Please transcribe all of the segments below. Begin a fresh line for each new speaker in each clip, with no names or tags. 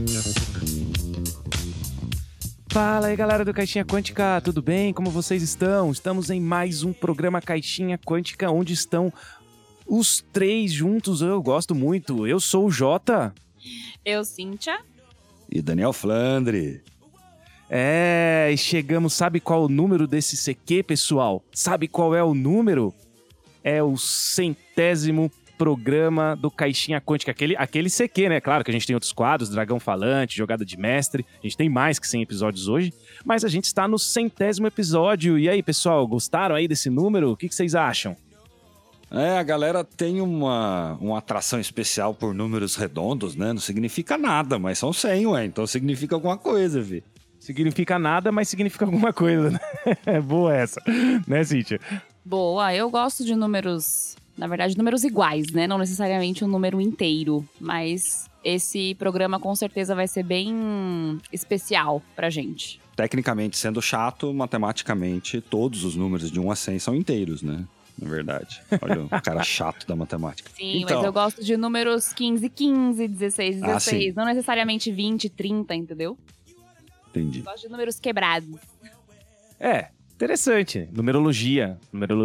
Fala aí, galera do Caixinha Quântica, tudo bem? Como vocês estão? Estamos em mais um programa Caixinha Quântica, onde estão os três juntos. Eu gosto muito. Eu sou o Jota.
Eu, Cíntia.
E Daniel Flandre.
E chegamos, sabe qual o número desse CQ, pessoal? Sabe qual é o número? É o 100º programa do Caixinha Quântica, aquele CQ, né? Claro que a gente tem outros quadros, Dragão Falante, Jogada de Mestre, a gente tem mais que 100 episódios hoje, mas a gente está no 100º episódio. E aí, pessoal, gostaram aí desse número? O que vocês acham?
A galera tem uma atração especial por números redondos, né? Não significa nada, mas são 100, ué, então significa alguma coisa, vi.
Significa nada, mas significa alguma coisa, né? É boa essa, né, Cíntia?
Boa, eu gosto de números, na verdade, números iguais, né? Não necessariamente um número inteiro, mas esse programa com certeza vai ser bem especial pra gente.
Tecnicamente, sendo chato, matematicamente, todos os números de 1 a 100 são inteiros, né? Na verdade. Olha o cara chato da matemática.
Sim, então, mas eu gosto de números 15, 15, 16, 16. Não necessariamente 20, 30, entendeu?
Entendi.
Eu gosto de números quebrados.
Interessante. Numerologia.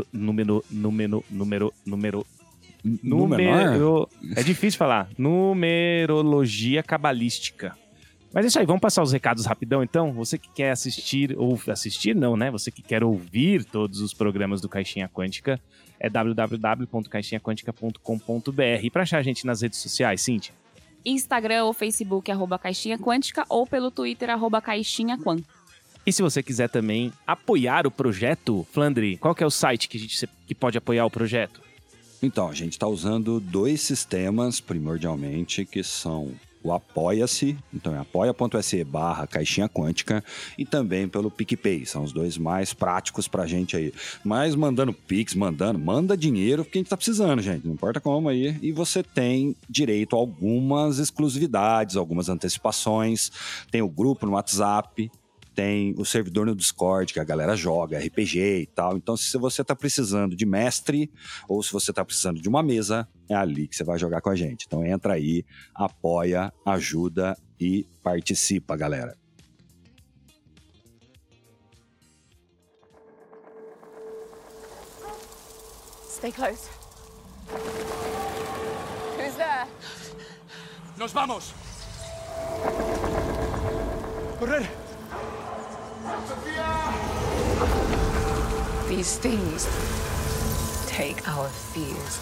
É difícil falar. Numerologia cabalística. Mas é isso aí, vamos passar os recados rapidão, então? Você que quer assistir, ou assistir não, né? Você que quer ouvir todos os programas do Caixinha Quântica, é www.caixinhaquântica.com.br. E pra achar a gente nas redes sociais, Cíntia?
Instagram ou Facebook, @Caixinha Quântica, ou pelo Twitter, @Caixinha Quan.
E se você quiser também apoiar o projeto, Flandre, qual que é o site que pode apoiar o projeto?
Então, a gente está usando 2 sistemas, primordialmente, que são o Apoia-se, então é apoia.se/Caixinha Quântica, e também pelo PicPay, são os 2 mais práticos pra gente aí. Mas mandando Pix, manda dinheiro, porque a gente tá precisando, gente, não importa como aí. E você tem direito a algumas exclusividades, algumas antecipações, tem o grupo no WhatsApp, tem o servidor no Discord, que a galera joga RPG e tal. Então, se você tá precisando de mestre, ou se você tá precisando de uma mesa, é ali que você vai jogar com a gente. Então, entra aí, apoia, ajuda e participa, galera.
Stay close. Who's there?
¡Nos vamos! ¡Correr!
These things take our fears.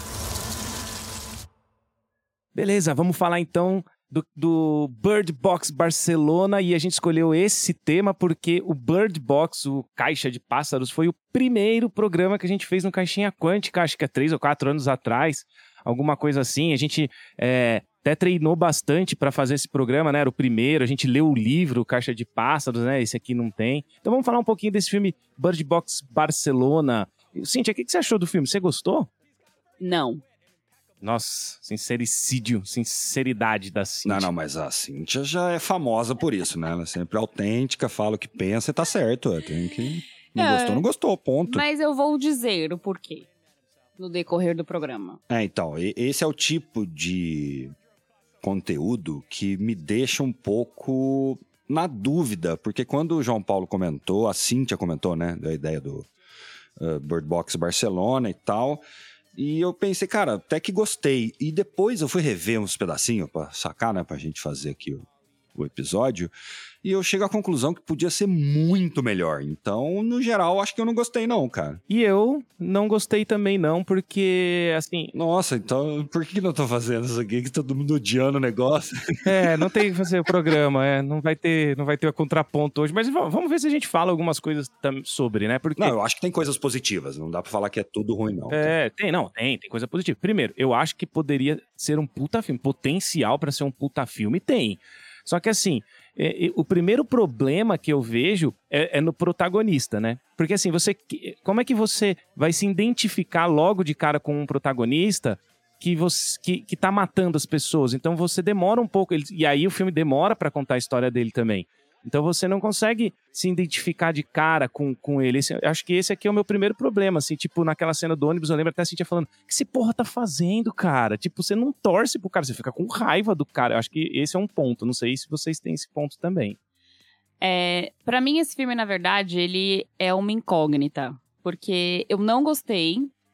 Beleza, vamos falar então do Bird Box Barcelona, e a gente escolheu esse tema porque o Bird Box, o Caixa de Pássaros, foi o primeiro programa que a gente fez no Caixinha Quântica, acho que há 3 ou 4 anos atrás, alguma coisa assim. A gente até treinou bastante para fazer esse programa, né? Era o primeiro, a gente leu o livro Caixa de Pássaros, né? Esse aqui não tem. Então vamos falar um pouquinho desse filme Bird Box Barcelona. Cíntia, o que você achou do filme? Você gostou?
Não.
Nossa, sinceridade da Cíntia.
Não, mas a Cíntia já é famosa por isso, né? Ela é sempre autêntica, fala o que pensa e tá certo. Tem que... não gostou, ponto.
Mas eu vou dizer o porquê no decorrer do programa.
Então, esse é o tipo de conteúdo que me deixa um pouco na dúvida, porque quando o João Paulo comentou, a Cíntia comentou, né, da ideia do Bird Box Barcelona e tal, e eu pensei, cara, até que gostei. E depois eu fui rever uns pedacinhos pra sacar, né, pra gente fazer aqui o episódio, e eu chego à conclusão que podia ser muito melhor. Então, no geral, acho que eu não gostei não, cara.
E eu não gostei também não, porque, assim...
Nossa, então por que não tô fazendo isso aqui? Que todo mundo odiando o negócio.
Não tem que fazer o programa, não vai ter o contraponto hoje, mas vamos ver se a gente fala algumas coisas sobre, né? Porque...
Não, eu acho que tem coisas positivas, não dá pra falar que é tudo ruim, não.
Tem coisa positiva. Primeiro, eu acho que poderia ser um puta filme, potencial pra ser um puta filme, tem. Só que assim, o primeiro problema que eu vejo é no protagonista, né? Porque assim, como é que você vai se identificar logo de cara com um protagonista que tá matando as pessoas? Então você demora um pouco, e aí o filme demora pra contar a história dele também. Então você não consegue se identificar de cara com ele. Acho que esse aqui é o meu primeiro problema, assim, tipo, naquela cena do ônibus, eu lembro até a Cintia falando, o que esse porra tá fazendo, cara? Tipo, você não torce pro cara, você fica com raiva do cara. Eu acho que esse é um ponto, não sei se vocês têm esse ponto também.
Pra mim, esse filme, na verdade, ele é uma incógnita. Porque eu não gostei,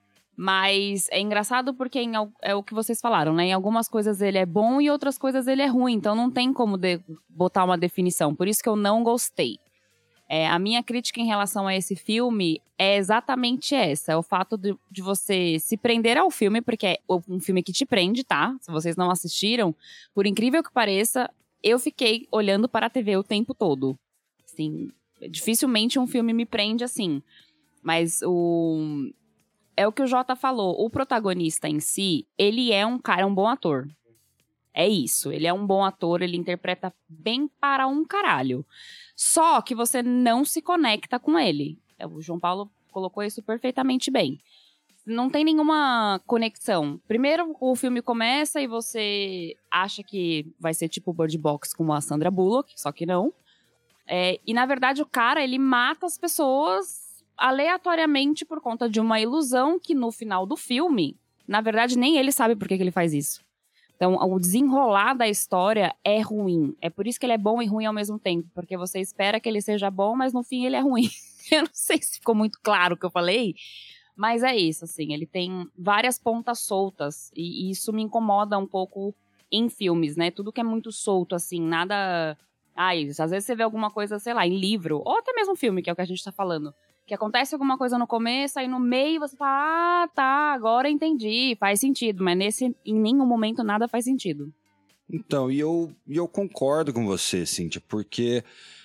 mas é engraçado porque é o que vocês falaram, né? Em algumas coisas ele é bom e outras coisas ele é ruim. Então não tem como botar uma definição. Por isso que eu não gostei. A minha crítica em relação a esse filme é exatamente essa. É o fato de você se prender ao filme, porque é um filme que te prende, tá? Se vocês não assistiram, por incrível que pareça, eu fiquei olhando para a TV o tempo todo. Assim, dificilmente um filme me prende assim. Mas é o que o Jota falou. O protagonista em si, ele é um bom ator. É isso. Ele é um bom ator, ele interpreta bem para um caralho. Só que você não se conecta com ele. O João Paulo colocou isso perfeitamente bem. Não tem nenhuma conexão. Primeiro, o filme começa e você acha que vai ser tipo Bird Box com a Sandra Bullock, só que não. E, na verdade, o cara, ele mata as pessoas aleatoriamente por conta de uma ilusão que no final do filme, na verdade, nem ele sabe por que ele faz isso. Então, o desenrolar da história é ruim. É por isso que ele é bom e ruim ao mesmo tempo. Porque você espera que ele seja bom, mas no fim ele é ruim. Eu não sei se ficou muito claro o que eu falei, mas é isso, assim. Ele tem várias pontas soltas e isso me incomoda um pouco em filmes, né? Tudo que é muito solto, assim, nada... às vezes você vê alguma coisa, sei lá, em livro, ou até mesmo filme, que é o que a gente tá falando. Que acontece alguma coisa no começo, aí no meio você fala, tá, agora entendi, faz sentido. Mas em nenhum momento nada faz sentido.
Então, e eu concordo com você, Cíntia, porque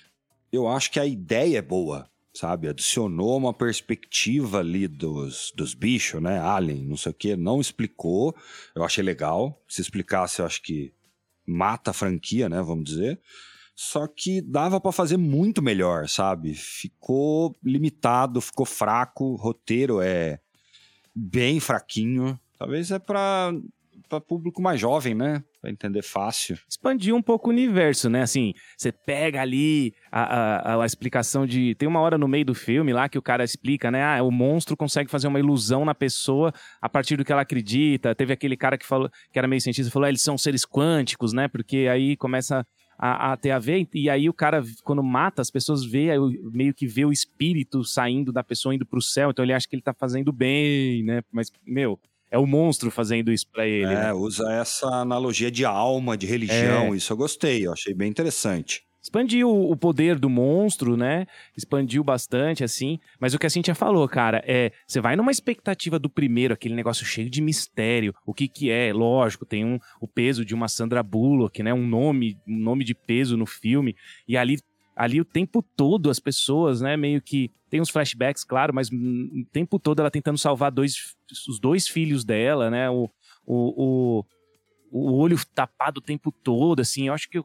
eu acho que a ideia é boa, sabe? Adicionou uma perspectiva ali dos bichos, né? Alien, não sei o quê, não explicou. Eu achei legal. Se explicasse, eu acho que mata a franquia, né? Vamos dizer. Só que dava pra fazer muito melhor, sabe? Ficou limitado, ficou fraco, o roteiro é bem fraquinho. Talvez é pra público mais jovem, né? Pra entender fácil.
Expandir um pouco o universo, né? Assim, você pega ali a explicação de... Tem uma hora no meio do filme lá que o cara explica, né? O monstro consegue fazer uma ilusão na pessoa a partir do que ela acredita. Teve aquele cara que falou, que era meio cientista, falou, eles são seres quânticos, né? Porque aí começa... A ter a ver, e aí o cara, quando mata, as pessoas meio que vê o espírito saindo da pessoa, indo pro céu, então ele acha que ele tá fazendo bem, né? Mas, é o monstro fazendo isso pra ele, né?
Usa essa analogia de alma, de religião, isso eu gostei, eu achei bem interessante.
Expandiu o poder do monstro, né? Expandiu bastante, assim. Mas o que a Cintia falou, cara, você vai numa expectativa do primeiro, aquele negócio cheio de mistério. O que é? Lógico, tem o peso de uma Sandra Bullock, né? Um nome de peso no filme. E ali o tempo todo as pessoas, né? Meio que... Tem uns flashbacks, claro, mas o tempo todo ela tentando salvar os dois filhos dela, né? O olho tapado o tempo todo, assim. Eu acho que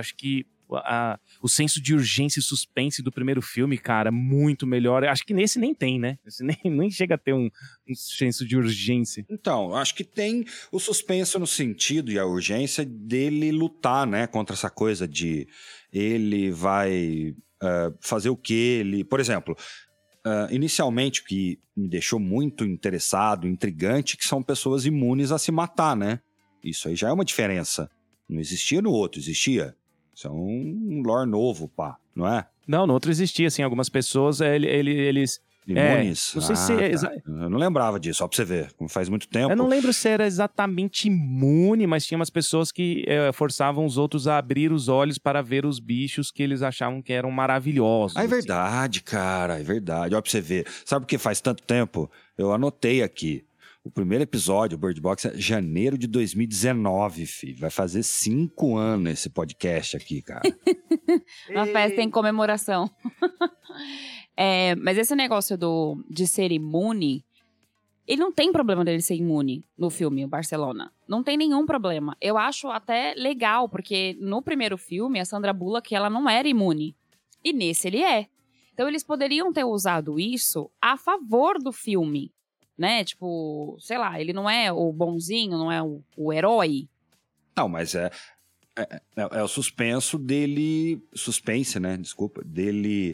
o senso de urgência e suspense do primeiro filme, cara, muito melhor. Acho que nesse nem tem, né? Esse nem chega a ter um senso de urgência.
Então, acho que tem o suspense no sentido e a urgência dele lutar, né? Contra essa coisa de ele vai fazer o que Por exemplo, inicialmente o que me deixou muito interessado, intrigante, que são pessoas imunes a se matar, né? Isso aí já é uma diferença. Não existia no outro, existia? Isso é um lore novo, pá, não é?
Não, no outro existia, assim, algumas pessoas, eles...
Imunes?
Não sei se...
Tá. Eu não lembrava disso, só pra você ver, como faz muito tempo.
Eu não lembro se era exatamente imune, mas tinha umas pessoas que forçavam os outros a abrir os olhos para ver os bichos que eles achavam que eram maravilhosos.
É verdade, cara, é verdade. Olha pra você ver. Sabe por que faz tanto tempo? Eu anotei aqui. O primeiro episódio, o Bird Box, é janeiro de 2019, filho. Vai fazer 5 anos esse podcast aqui, cara.
Uma festa em comemoração. Mas esse negócio de ser imune, ele não tem problema dele ser imune no filme, o Barcelona. Não tem nenhum problema. Eu acho até legal, porque no primeiro filme, a Sandra Bullock, ela não era imune. E nesse ele é. Então eles poderiam ter usado isso a favor do filme. Né? Tipo, sei lá, ele não é o bonzinho, não é o herói.
Não, mas É o suspense, né? Desculpa, dele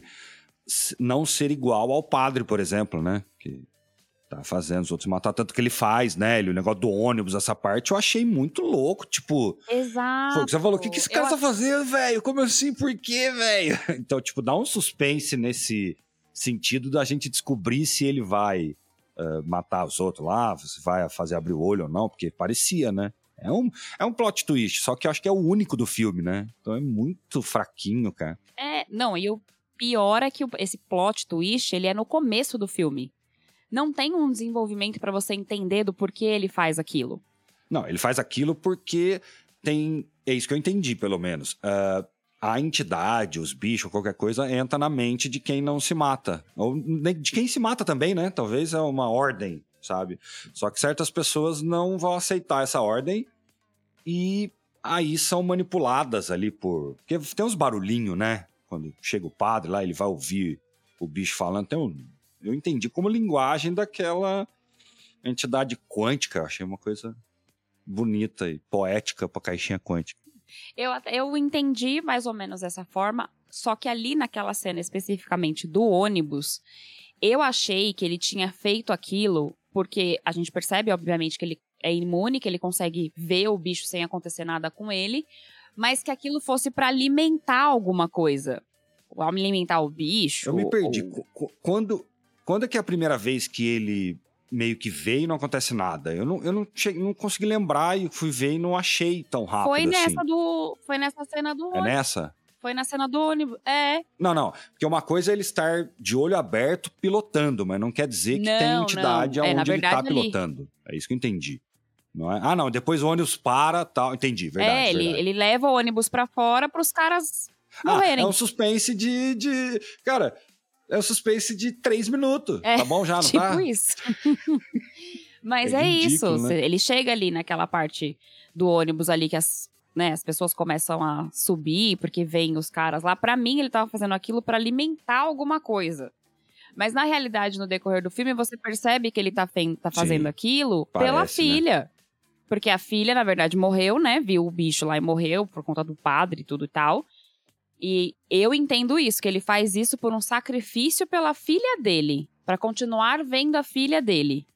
não ser igual ao padre, por exemplo, né? Que tá fazendo os outros matar, tanto que ele faz, né? O negócio do ônibus, essa parte, eu achei muito louco, tipo...
Exato.
Foi o que você falou, o que esse cara tá fazendo, velho? Como assim? Por quê, velho? Então, tipo, dá um suspense nesse sentido da gente descobrir se ele vai matar os outros lá, se vai fazer abrir o olho ou não, porque parecia, né? É um plot twist, só que eu acho que é o único do filme, né? Então é muito fraquinho, cara.
Não, e o pior é que esse plot twist, ele é no começo do filme. Não tem um desenvolvimento pra você entender do porquê ele faz aquilo.
Não, ele faz aquilo porque tem... É isso que eu entendi, pelo menos. A entidade, os bichos, qualquer coisa, entra na mente de quem não se mata. Ou de quem se mata também, né? Talvez é uma ordem, sabe? Só que certas pessoas não vão aceitar essa ordem e aí são manipuladas ali por... Porque tem uns barulhinhos, né? Quando chega o padre lá, ele vai ouvir o bicho falando. Eu entendi como linguagem daquela entidade quântica. Eu achei uma coisa bonita e poética pra caixinha quântica.
Eu entendi mais ou menos dessa forma, só que ali naquela cena especificamente do ônibus, eu achei que ele tinha feito aquilo porque a gente percebe, obviamente, que ele é imune, que ele consegue ver o bicho sem acontecer nada com ele, mas que aquilo fosse pra alimentar alguma coisa. Ou alimentar o bicho.
Eu me perdi. Quando é que é a primeira vez que ele meio que veio e não acontece nada? Eu não consegui lembrar e fui ver e não achei tão rápido assim.
Foi nessa cena do
É
ônibus.
nessa?
Foi na cena do ônibus.
Não. Porque uma coisa é ele estar de olho aberto pilotando, mas não quer dizer que tem entidade aonde ele tá pilotando. É isso que eu entendi. Não é? Ah, não. Depois o ônibus para, tal. Entendi, verdade.
Ele leva o ônibus pra fora pros caras morrerem.
É um suspense Cara, é um suspense de 3 minutos. Tá bom já, não
tipo
tá?
Tipo isso. Mas
É
ridículo,
isso. Né?
Ele chega ali naquela parte do ônibus ali que as pessoas começam a subir porque vem os caras lá. Pra mim, ele tava fazendo aquilo pra alimentar alguma coisa. Mas na realidade, no decorrer do filme, você percebe que ele tá fazendo aquilo pela filha. Né? Porque a filha, na verdade, morreu, né? Viu o bicho lá e morreu por conta do padre e tudo e tal. E eu entendo isso, que ele faz isso por um sacrifício pela filha dele. Pra continuar vendo a filha dele.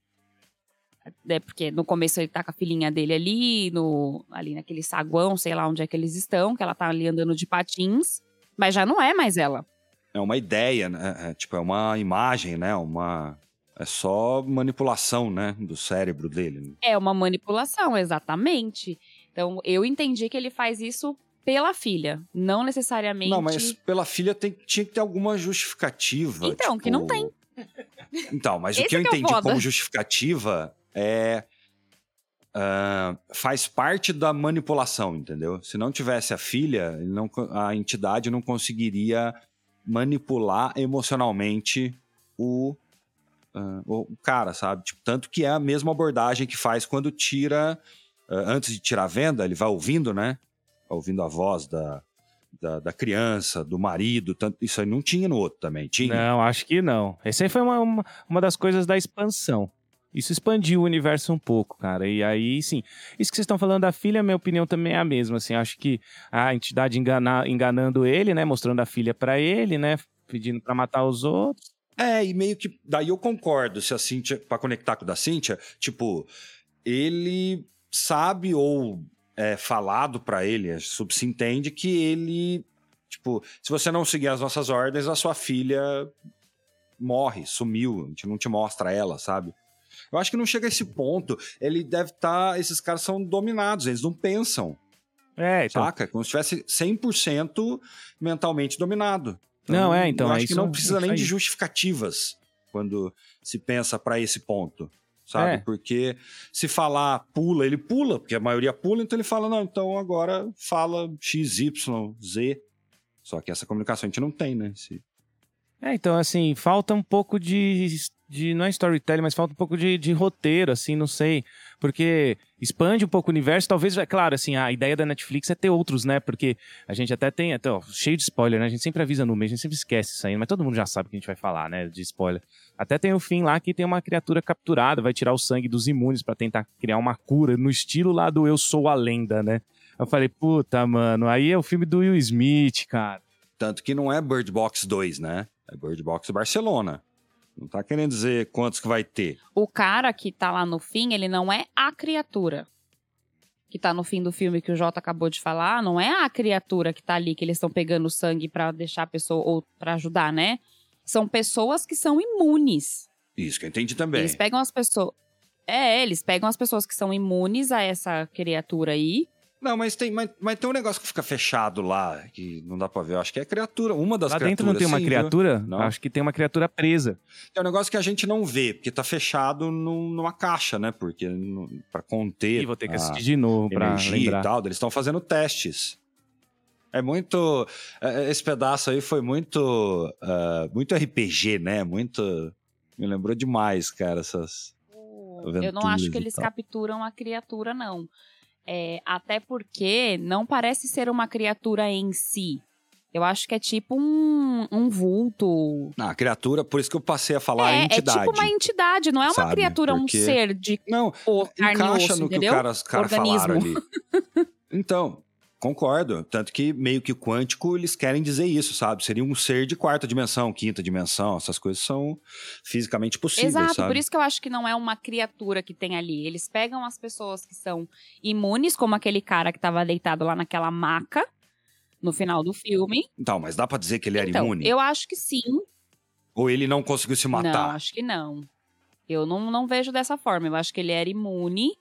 Porque no começo ele tá com a filhinha dele ali naquele saguão, sei lá onde é que eles estão. Que ela tá ali andando de patins. Mas já não é mais ela.
É uma ideia, né? É uma imagem, né? É só manipulação, né? Do cérebro dele.
É uma manipulação, exatamente. Então, eu entendi que ele faz isso pela filha, não necessariamente...
Não, mas pela filha tinha que ter alguma justificativa.
Então, que não tem.
Então, mas o que eu entendi como justificativa faz parte da manipulação, entendeu? Se não tivesse a filha, a entidade não conseguiria manipular emocionalmente o cara, sabe? Tipo, tanto que é a mesma abordagem que faz quando tira... antes de tirar a venda, ele vai ouvindo, né? Vai ouvindo a voz da criança, do marido. Isso aí não tinha no outro também, tinha?
Não, acho que não. Essa aí foi uma das coisas da expansão. Isso expandiu o universo um pouco, cara. E aí, sim, isso que vocês estão falando da filha, minha opinião também é a mesma, assim. Acho que a entidade enganando ele, né? Mostrando a filha pra ele, né? Pedindo pra matar os outros.
E meio que... Daí eu concordo, se a Cíntia... Pra conectar com o da Cíntia, tipo... Ele sabe ou é falado pra ele, subsentende que ele... Tipo, se você não seguir as nossas ordens, a sua filha morre, sumiu. A gente não te mostra ela, sabe? Eu acho que não chega a esse ponto. Ele deve estar... Esses caras são dominados, eles não pensam.
Então...
Saca? Como se estivesse 100% mentalmente dominado.
Então,
eu acho que não precisa nem
aí.
de justificativas quando se pensa pra esse ponto, sabe? Porque se falar pula, ele pula, porque a maioria pula, então ele fala, não, então agora fala X, Y, Z. Só que essa comunicação a gente não tem, né?
Então, assim, falta um pouco de não é storytelling, mas falta um pouco de roteiro, assim, não sei. Porque expande um pouco o universo, talvez, é claro, assim, a ideia da Netflix é ter outros, né? Porque a gente até tem, cheio de spoiler, né? A gente sempre avisa no mês, a gente sempre esquece isso aí, mas todo mundo já sabe o que a gente vai falar, né? De spoiler. Até tem o fim lá que tem uma criatura capturada, vai tirar o sangue dos imunes pra tentar criar uma cura, no estilo lá do Eu Sou a Lenda, né? Eu falei, puta, mano, aí é o filme do Will Smith, cara.
Tanto que não é Bird Box 2, né? É Bird Box Barcelona. Não tá querendo dizer quantos que vai ter.
O cara que tá lá no fim, ele não é a criatura. Que tá no fim do filme que o Jota acabou de falar, não é a criatura que tá ali, que eles estão pegando sangue pra deixar a pessoa, ou pra ajudar, né? São pessoas que são imunes.
Isso que eu entendi também.
Eles pegam as pessoas... eles pegam as pessoas que são imunes a essa criatura aí.
Não, mas tem um negócio que fica fechado lá, que não dá pra ver. Eu acho que é criatura, uma das
Lá
criaturas.
dentro não tem uma
sim,
criatura?
Não.
Acho que tem uma criatura presa.
É um negócio que a gente não vê, porque tá fechado numa caixa, né? Porque pra conter
E vou ter que
a
assistir de novo pra
energia
lembrar.
e tal, eles estão fazendo testes. É muito... Esse pedaço aí foi muito RPG, né? Muito... Me lembrou demais, cara, essas...
Eu não acho que eles
tal.
capturam a criatura, não. Até porque não parece ser uma criatura em si. Eu acho que é tipo um vulto.
A criatura, por isso que eu passei a falar a entidade.
É tipo uma entidade, não é uma
sabe?
criatura,
Porque-
um ser de
Não,
carne e
encaixa
osso,
no que
entendeu?
os caras
Organismo.
falaram ali. Então, concordo. Tanto que meio que quântico, eles querem dizer isso, sabe? Seria um ser de quarta dimensão, quinta dimensão. Essas coisas são fisicamente possíveis,
Exato,
sabe?
por isso que eu acho que não é uma criatura que tem ali. Eles pegam as pessoas que são imunes, como aquele cara que tava deitado lá naquela maca, no final do filme.
Então, mas dá pra dizer que ele era
Então,
imune?
eu acho que sim.
Ou ele não conseguiu se
Não,
matar?
acho que não. Eu não vejo dessa forma. Eu acho que ele era imune.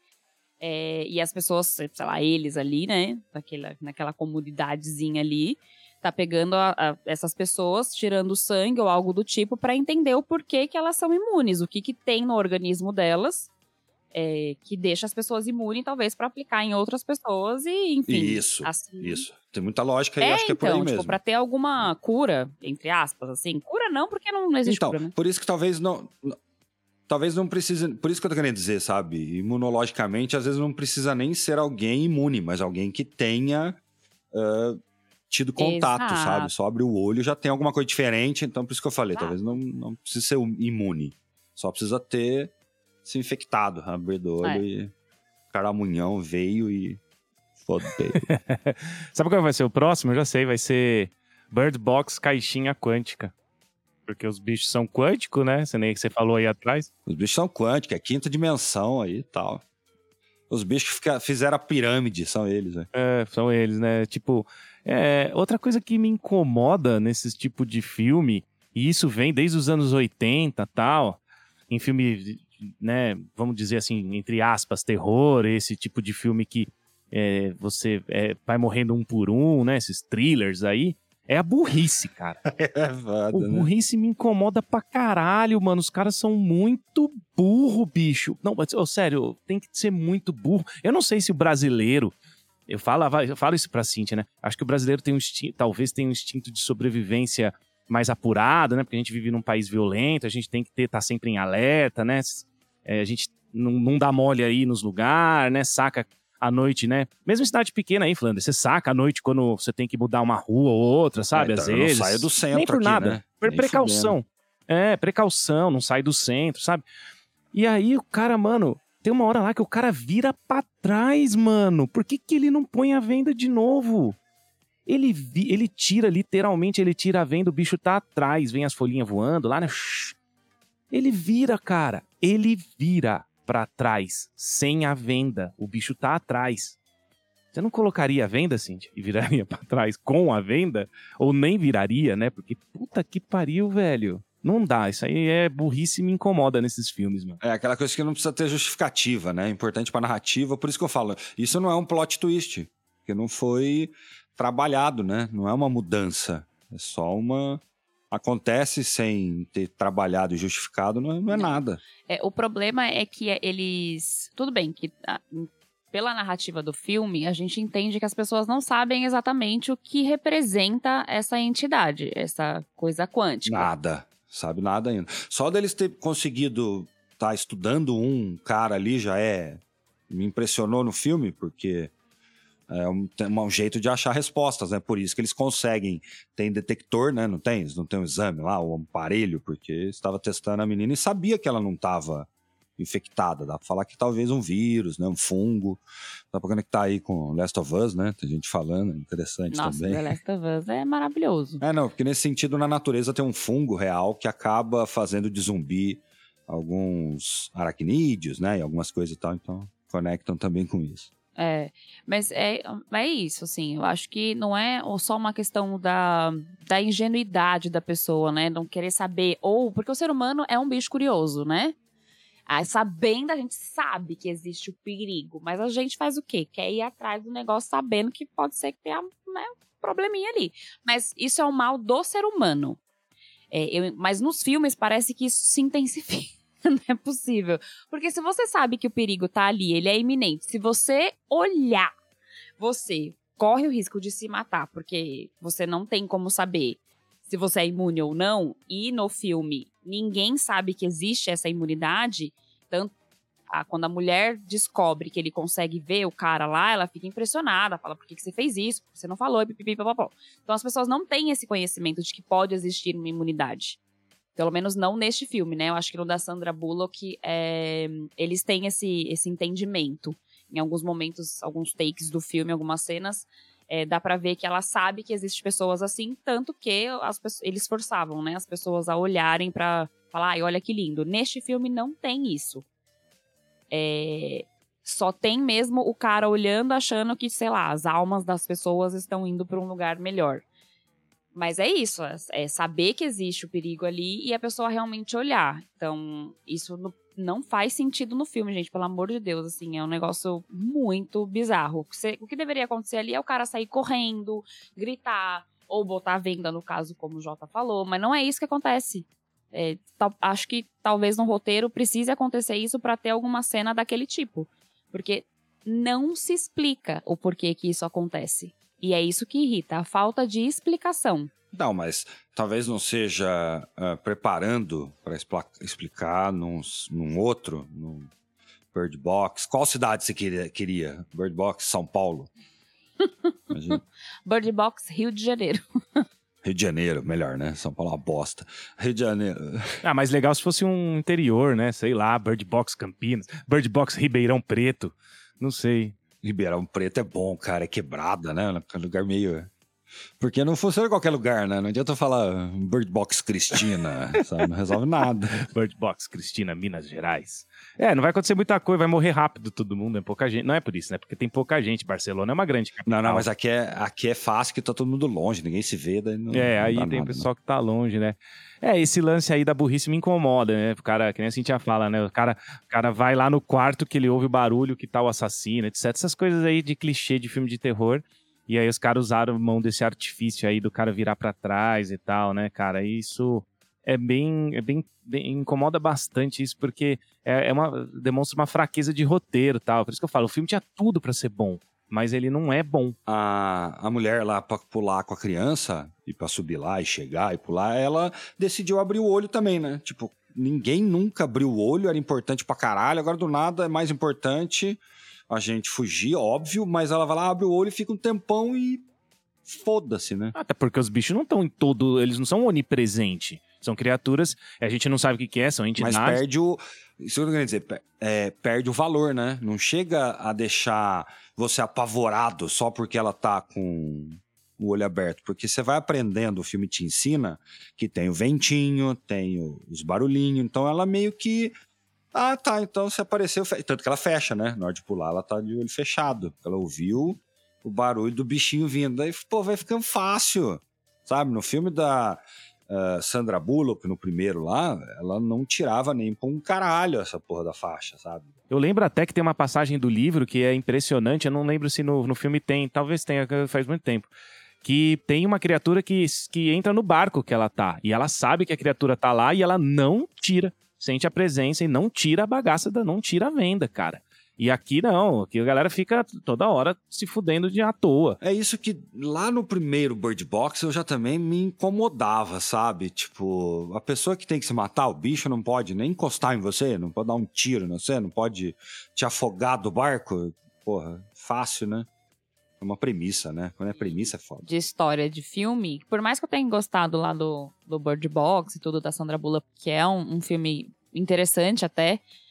E as pessoas, sei lá, eles ali, né? Naquela comunidadezinha ali, tá pegando essas pessoas, tirando sangue ou algo do tipo, pra entender o porquê que elas são imunes. O que tem no organismo delas que deixa as pessoas imunes, talvez, pra aplicar em outras pessoas e, enfim.
Isso,
assim.
isso. Tem muita lógica e acho que é por aí
Então,
mesmo.
tipo, pra ter alguma cura, entre aspas, assim. Cura não, porque não existe
Então,
cura, né?
por isso que talvez não precise... Por isso que eu tô querendo dizer, sabe? Imunologicamente, às vezes não precisa nem ser alguém imune, mas alguém que tenha tido contato,
Exato.
sabe? Só abre o olho, já tem alguma coisa diferente. Então, por isso que eu falei, talvez não precise ser imune. Só precisa ter se infectado, abrir do olho e... Caramunhão veio e... Fodeu.
Sabe qual vai ser o próximo? Eu já sei, vai ser Bird Box Caixinha Quântica. Porque os bichos são quânticos, né? Você falou aí atrás.
Os bichos são quânticos, é quinta dimensão aí e tal. Os bichos que fizeram a pirâmide, são eles, né?
São eles, né? Tipo, outra coisa que me incomoda nesse tipo de filme, e isso vem desde os anos 80 e tal, em filme, né, vamos dizer assim, entre aspas, terror, esse tipo de filme que você vai morrendo um por um, né? Esses thrillers aí. É a burrice, cara.
Foda,
O burrice me incomoda pra caralho, mano. Os caras são muito burro, bicho. Não, sério, tem que ser muito burro. Eu não sei se o brasileiro... Eu falo isso pra Cíntia, né? Acho que o brasileiro tem talvez tenha um instinto de sobrevivência mais apurado, né? Porque a gente vive num país violento, a gente tem que estar sempre em alerta, né? A gente não dá mole aí nos lugares, né? Saca à noite, né? Mesmo em cidade pequena aí, Flanders, você saca à noite quando você tem que mudar uma rua ou outra, sabe?
Então,
Às
eu
vezes.
não saio do centro
nem por
aqui,
nada.
né?
Por
Nem
precaução. Precaução, não sai do centro, sabe? E aí o cara, mano, tem uma hora lá que o cara vira pra trás, mano. Por que ele não põe a venda de novo? Ele tira, literalmente, ele tira a venda, o bicho tá atrás, vem as folhinhas voando lá, né? Ele vira, cara. Ele vira pra trás, sem a venda. O bicho tá atrás. Você não colocaria a venda, Cíntia? E viraria pra trás com a venda? Ou nem viraria, né? Porque puta que pariu, velho. Não dá, isso aí é burrice e me incomoda nesses filmes, mano.
É aquela coisa que não precisa ter justificativa, né? É importante pra narrativa, por isso que eu falo. Isso não é um plot twist, porque não foi trabalhado, né? Não é uma mudança. É só uma... Acontece sem ter trabalhado e justificado, não é nada.
O problema é que eles... Tudo bem que pela narrativa do filme, a gente entende que as pessoas não sabem exatamente o que representa essa entidade, essa coisa quântica.
Nada. Sabe nada ainda. Só deles ter conseguido estar estudando um cara ali já me impressionou no filme, porque tem um jeito de achar respostas, né? Por isso que eles conseguem. Tem detector, né? Não tem? Eles não tem um exame lá, o aparelho, porque estava testando a menina e sabia que ela não estava infectada. Dá pra falar que talvez um vírus, né? Um fungo. Dá pra conectar aí com Last of Us, né? Tem gente falando, interessante
Nossa,
também.
The Last of Us é maravilhoso.
Não, porque nesse sentido, na natureza tem um fungo real que acaba fazendo de zumbi alguns aracnídeos, né? E algumas coisas e tal, então conectam também com isso.
Mas é isso, assim, eu acho que não é só uma questão da ingenuidade da pessoa, né, não querer saber, ou porque o ser humano é um bicho curioso, né, sabendo, a gente sabe que existe o perigo, mas a gente faz o quê? Quer ir atrás do negócio sabendo que pode ser que tenha, né, um probleminha ali, mas isso é o mal do ser humano, mas nos filmes parece que isso se intensifica. Não é possível. Porque se você sabe que o perigo tá ali, ele é iminente. Se você olhar, você corre o risco de se matar, porque você não tem como saber se você é imune ou não. E no filme, ninguém sabe que existe essa imunidade. Tanto quando a mulher descobre que ele consegue ver o cara lá, ela fica impressionada. Fala, por que você fez isso? Por que você não falou? Então as pessoas não têm esse conhecimento de que pode existir uma imunidade. Pelo menos não neste filme, né? Eu acho que no da Sandra Bullock, eles têm esse entendimento. Em alguns momentos, alguns takes do filme, algumas cenas, dá pra ver que ela sabe que existem pessoas assim, tanto que eles forçavam, né? As pessoas a olharem pra falar, ai, olha que lindo. Neste filme não tem isso. Só tem mesmo o cara olhando, achando que, sei lá, as almas das pessoas estão indo pra um lugar melhor. Mas é isso, é saber que existe o perigo ali e a pessoa realmente olhar. Então, isso não faz sentido no filme, gente, pelo amor de Deus, assim, é um negócio muito bizarro. O que deveria acontecer ali é o cara sair correndo, gritar, ou botar a venda, no caso, como o Jota falou, mas não é isso que acontece. Acho que talvez no roteiro precise acontecer isso pra ter alguma cena daquele tipo, porque não se explica o porquê que isso acontece. E é isso que irrita, a falta de explicação.
Não, mas talvez não seja preparando para explicar num outro, num Bird Box. Qual cidade você queria? Bird Box, São Paulo?
Bird Box, Rio de Janeiro.
Rio de Janeiro, melhor, né? São Paulo é uma bosta. Rio de Janeiro.
Mais legal se fosse um interior, né? Sei lá, Bird Box Campinas, Bird Box Ribeirão Preto, não sei.
Ribeirão Preto é bom, cara, é quebrada, né? É um lugar meio... Porque não funciona em qualquer lugar, né? Não adianta eu falar Bird Box Cristina, sabe? Não resolve nada.
Bird Box Cristina, Minas Gerais. Não vai acontecer muita coisa, vai morrer rápido todo mundo, é pouca gente. Não é por isso, né? Porque tem pouca gente. Barcelona é uma grande capital.
Não, mas aqui é fácil que tá todo mundo longe, ninguém se vê, daí não
aí
dá
tem
nada,
o pessoal que tá longe, né? Esse lance aí da burrice me incomoda, né? O cara, que nem a Cintia fala, né? O cara vai lá no quarto que ele ouve o barulho que tá o assassino, etc. Essas coisas aí de clichê de filme de terror. E aí os caras usaram mão desse artifício aí do cara virar pra trás e tal, né, cara? Isso incomoda bastante isso, porque demonstra uma fraqueza de roteiro e tal. Por isso que eu falo, o filme tinha tudo pra ser bom, mas ele não é bom.
A mulher lá pra pular com a criança, e pra subir lá e chegar e pular, ela decidiu abrir o olho também, né? Tipo, ninguém nunca abriu o olho, era importante pra caralho, agora do nada é mais importante a gente fugir, óbvio, mas ela vai lá, abre o olho, fica um tempão e foda-se, né?
Até porque os bichos não estão em todo... Eles não são onipresentes. São criaturas, a gente não sabe o que é, são entidades.
Mas perde o... Isso que eu quero dizer, perde o valor, né? Não chega a deixar você apavorado só porque ela tá com o olho aberto. Porque você vai aprendendo, o filme te ensina que tem o ventinho, tem os barulhinhos, então ela meio que... tá, então se apareceu... Tanto que ela fecha, né? Na hora de pular, ela tá de olho fechado. Ela ouviu o barulho do bichinho vindo. Daí, vai ficando fácil, sabe? No filme da Sandra Bullock, no primeiro lá, ela não tirava nem pra um caralho essa porra da faixa, sabe?
Eu lembro até que tem uma passagem do livro que é impressionante. Eu não lembro se no filme tem. Talvez tenha, faz muito tempo. Que tem uma criatura que entra no barco que ela tá. E ela sabe que a criatura tá lá e ela não tira. Sente a presença e não tira a bagaça, não tira a venda, cara. E aqui não, aqui a galera fica toda hora se fudendo à toa.
É isso que lá no primeiro Bird Box eu já também me incomodava, sabe? Tipo, a pessoa que tem que se matar, o bicho não pode nem encostar em você, não pode dar um tiro em você, não pode te afogar do barco. Porra, fácil, né? É uma premissa, né? Quando é premissa é foda.
De história de filme, por mais que eu tenha gostado lá do Bird Box e tudo da Sandra Bullock, que é um filme interessante até,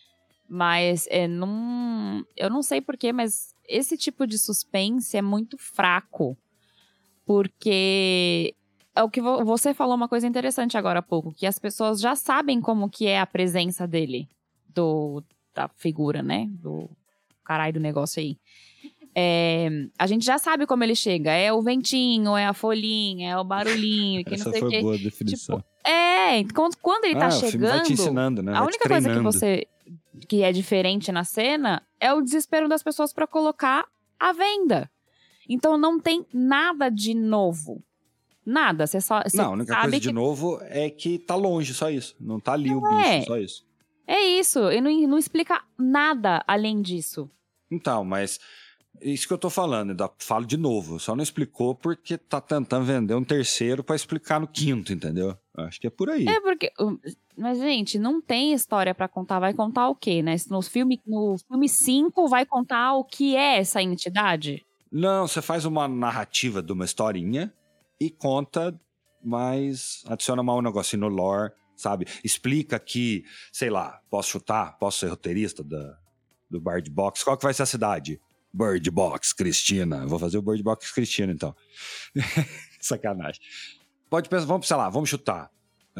Mas eu não sei porquê, mas esse tipo de suspense é muito fraco. Porque é o que você falou uma coisa interessante agora há pouco, que as pessoas já sabem como que é a presença dele, da figura, né? Do caralho do negócio aí. A gente já sabe como ele chega. É o ventinho, é a folhinha, é o barulhinho, que
Essa
não sei
foi
o quê.
boa definição.
Quando ele tá
o filme vai te
chegando,
ensinando, né?
a
Vai te
única coisa
treinando.
que é diferente na cena é o desespero das pessoas pra colocar à venda. Então não tem nada de novo. Nada. Você
Não, a única
sabe
coisa
que
de novo é que tá longe, só isso. Não tá ali o
é.
bicho, só isso.
É isso. E não explica nada além disso.
Então, mas isso que eu tô falando, falo de novo. Só não explicou porque tá tentando vender um terceiro pra explicar no quinto, entendeu? Acho que é por aí.
É porque... Mas, gente, não tem história pra contar. Vai contar o quê, né? No filme 5 vai contar o que é essa entidade?
Não, você faz uma narrativa de uma historinha e conta, mas adiciona mais um negocinho no lore, sabe? Explica que, sei lá, posso chutar? Posso ser roteirista do Bird Box? Qual que vai ser a cidade? Bird Box, Cristina. Vou fazer o Bird Box Cristina, então. Sacanagem. Pode pensar, vamos chutar.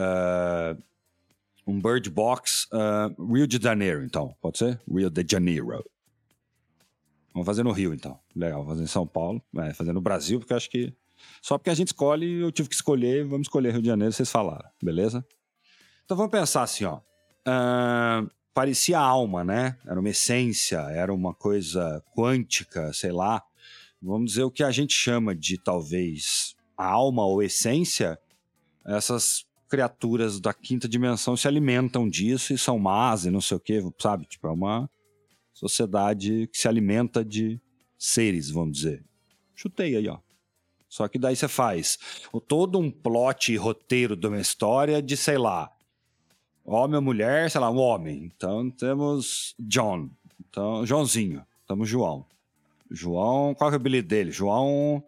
Um Bird Box Rio de Janeiro, então. Pode ser? Rio de Janeiro. Vamos fazer no Rio, então. Legal, vamos fazer em São Paulo. Fazer no Brasil, porque eu acho que... Só porque a gente escolhe, eu tive que escolher. Vamos escolher Rio de Janeiro, vocês falaram. Beleza? Então vamos pensar assim, ó. Parecia alma, né? Era uma essência, era uma coisa quântica, sei lá. Vamos dizer o que a gente chama de, talvez, alma ou essência. Essas criaturas da quinta dimensão se alimentam disso e são más e não sei o quê, sabe? Tipo, é uma sociedade que se alimenta de seres, vamos dizer. Chutei aí, ó. Só que daí você faz todo um plot e roteiro de uma história de, sei lá, homem ou mulher, sei lá, um homem. Então temos John. Então, Joãozinho. Temos João. João, qual que é o apelido dele? João...